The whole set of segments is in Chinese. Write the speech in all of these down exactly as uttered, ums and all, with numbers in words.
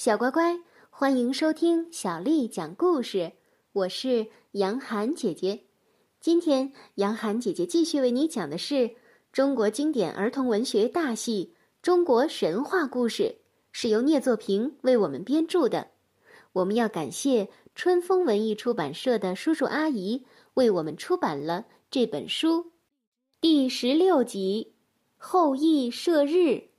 小乖乖，欢迎收听小丽讲故事，我是杨涵姐姐。今天杨涵姐姐继续为你讲的是中国经典儿童文学大戏《中国神话故事》，是由聂作平为我们编著的。我们要感谢春风文艺出版社的叔叔阿姨为我们出版了这本书。第十六集，后羿射日。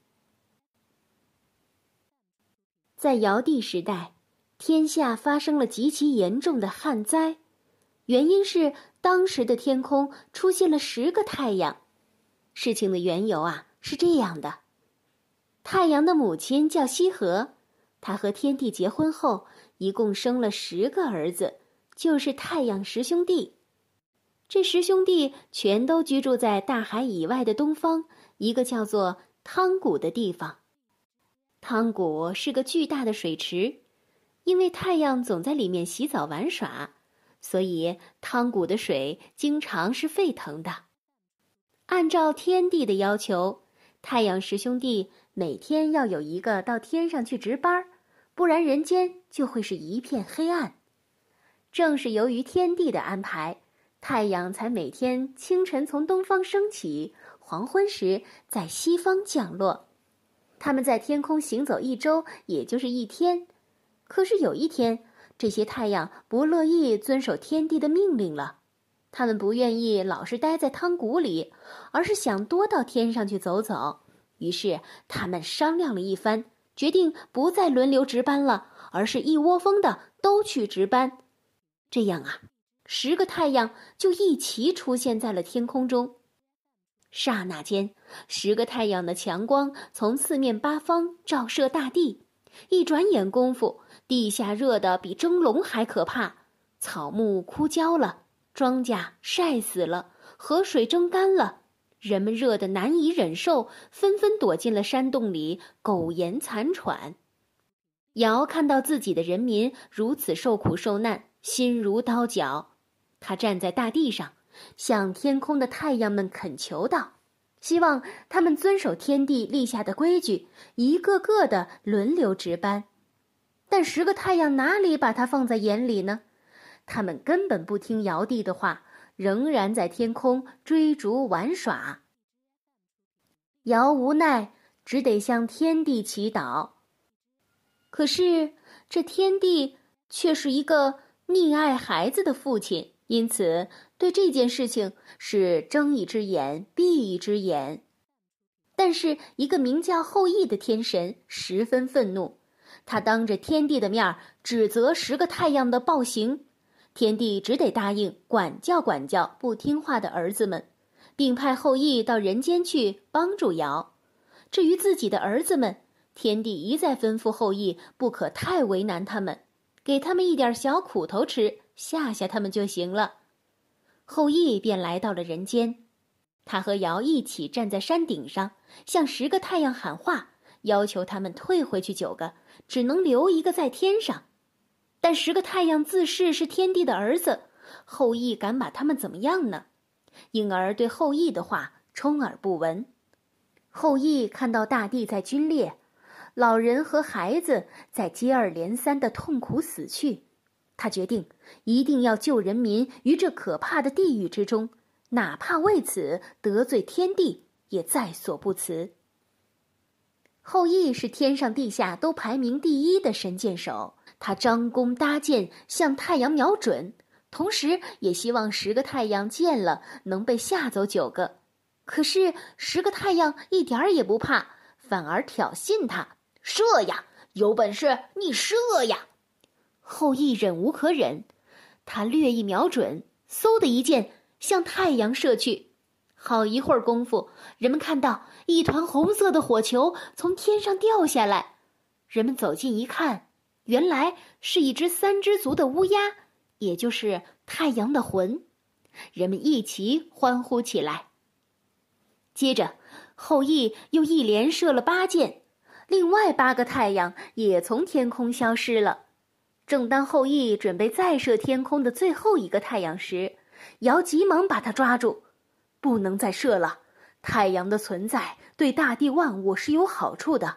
在尧帝时代，天下发生了极其严重的旱灾，原因是当时的天空出现了十个太阳。事情的缘由啊是这样的：太阳的母亲叫羲和，她和天帝结婚后，一共生了十个儿子，就是太阳十兄弟。这十兄弟全都居住在大海以外的东方，一个叫做汤谷的地方。汤谷是个巨大的水池，因为太阳总在里面洗澡玩耍，所以汤谷的水经常是沸腾的。按照天帝的要求，太阳十兄弟每天要有一个到天上去值班，不然人间就会是一片黑暗。正是由于天帝的安排，太阳才每天清晨从东方升起，黄昏时在西方降落。他们在天空行走一周，也就是一天。可是有一天，这些太阳不乐意遵守天帝的命令了。他们不愿意老是待在汤谷里，而是想多到天上去走走。于是他们商量了一番，决定不再轮流值班了，而是一窝蜂的都去值班。这样啊，十个太阳就一齐出现在了天空中。刹那间，十个太阳的强光从四面八方照射大地，一转眼功夫，地下热得比蒸笼还可怕，草木枯焦了，庄稼晒死了，河水蒸干了，人们热得难以忍受，纷纷躲进了山洞里苟延残喘。尧看到自己的人民如此受苦受难，心如刀绞。他站在大地上，向天空的太阳们恳求道，希望他们遵守天帝立下的规矩，一个个的轮流值班。但十个太阳哪里把他放在眼里呢？他们根本不听尧帝的话，仍然在天空追逐玩耍。尧无奈，只得向天帝祈祷。可是这天帝却是一个溺爱孩子的父亲，因此对这件事情是睁一只眼闭一只眼。但是一个名叫后羿的天神十分愤怒，他当着天帝的面指责十个太阳的暴行。天帝只得答应管教管教不听话的儿子们，并派后羿到人间去帮助尧。至于自己的儿子们，天帝一再吩咐后羿不可太为难他们，给他们一点小苦头吃，吓吓他们就行了。后羿便来到了人间，他和尧一起站在山顶上，向十个太阳喊话，要求他们退回去九个，只能留一个在天上。但十个太阳自恃是天帝的儿子，后羿敢把他们怎么样呢？因而对后羿的话充耳不闻。后羿看到大地在龟裂，老人和孩子在接二连三的痛苦死去，他决定一定要救人民于这可怕的地狱之中，哪怕为此得罪天帝，也在所不辞。后羿是天上地下都排名第一的神箭手，他张弓搭箭向太阳瞄准，同时也希望十个太阳见了能被吓走九个。可是十个太阳一点儿也不怕，反而挑衅他，射呀，有本事你射呀！后羿忍无可忍，他略一瞄准，嗖的一箭向太阳射去。好一会儿功夫，人们看到一团红色的火球从天上掉下来。人们走近一看，原来是一只三只足的乌鸦，也就是太阳的魂。人们一齐欢呼起来。接着，后羿又一连射了八箭，另外八个太阳也从天空消失了。正当后羿准备再射天空的最后一个太阳时，尧急忙把他抓住，不能再射了。太阳的存在对大地万物是有好处的，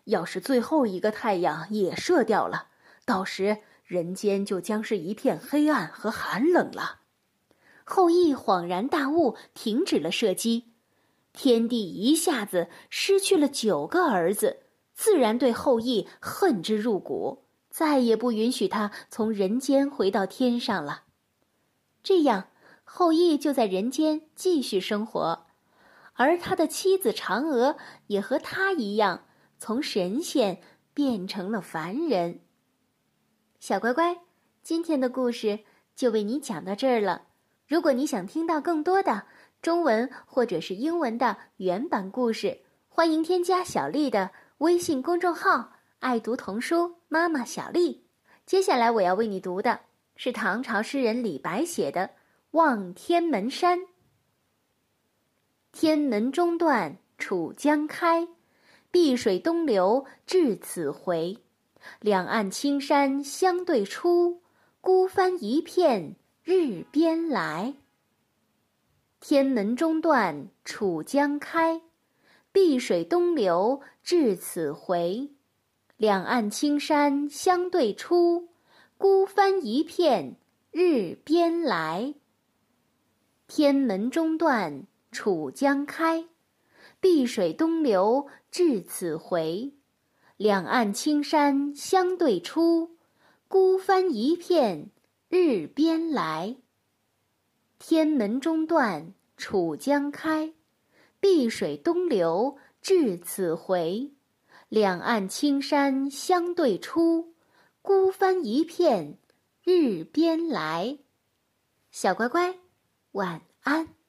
要是最后一个太阳也射掉了，到时人间就将是一片黑暗和寒冷了。后羿恍然大悟，停止了射击。天帝一下子失去了九个儿子，自然对后羿恨之入骨，再也不允许他从人间回到天上了。这样，后羿就在人间继续生活，而他的妻子嫦娥也和他一样，从神仙变成了凡人。小乖乖，今天的故事就为你讲到这儿了。如果你想听到更多的中文或者是英文的原版故事，欢迎添加小丽的微信公众号“爱读童书妈妈小丽”。接下来我要为你读的是唐朝诗人李白写的《望天门山》。天门中断楚江开，碧水东流至此回。两岸青山相对出，孤帆一片日边来。天门中断楚江开，碧水东流至此回。两岸青山相对出，孤帆一片日边来。天门中断楚江开，碧水东流至此回。两岸青山相对出，孤帆一片日边来。天门中断楚江开，碧水东流至此回。两岸青山相对出，孤帆一片日边来。小乖乖，晚安。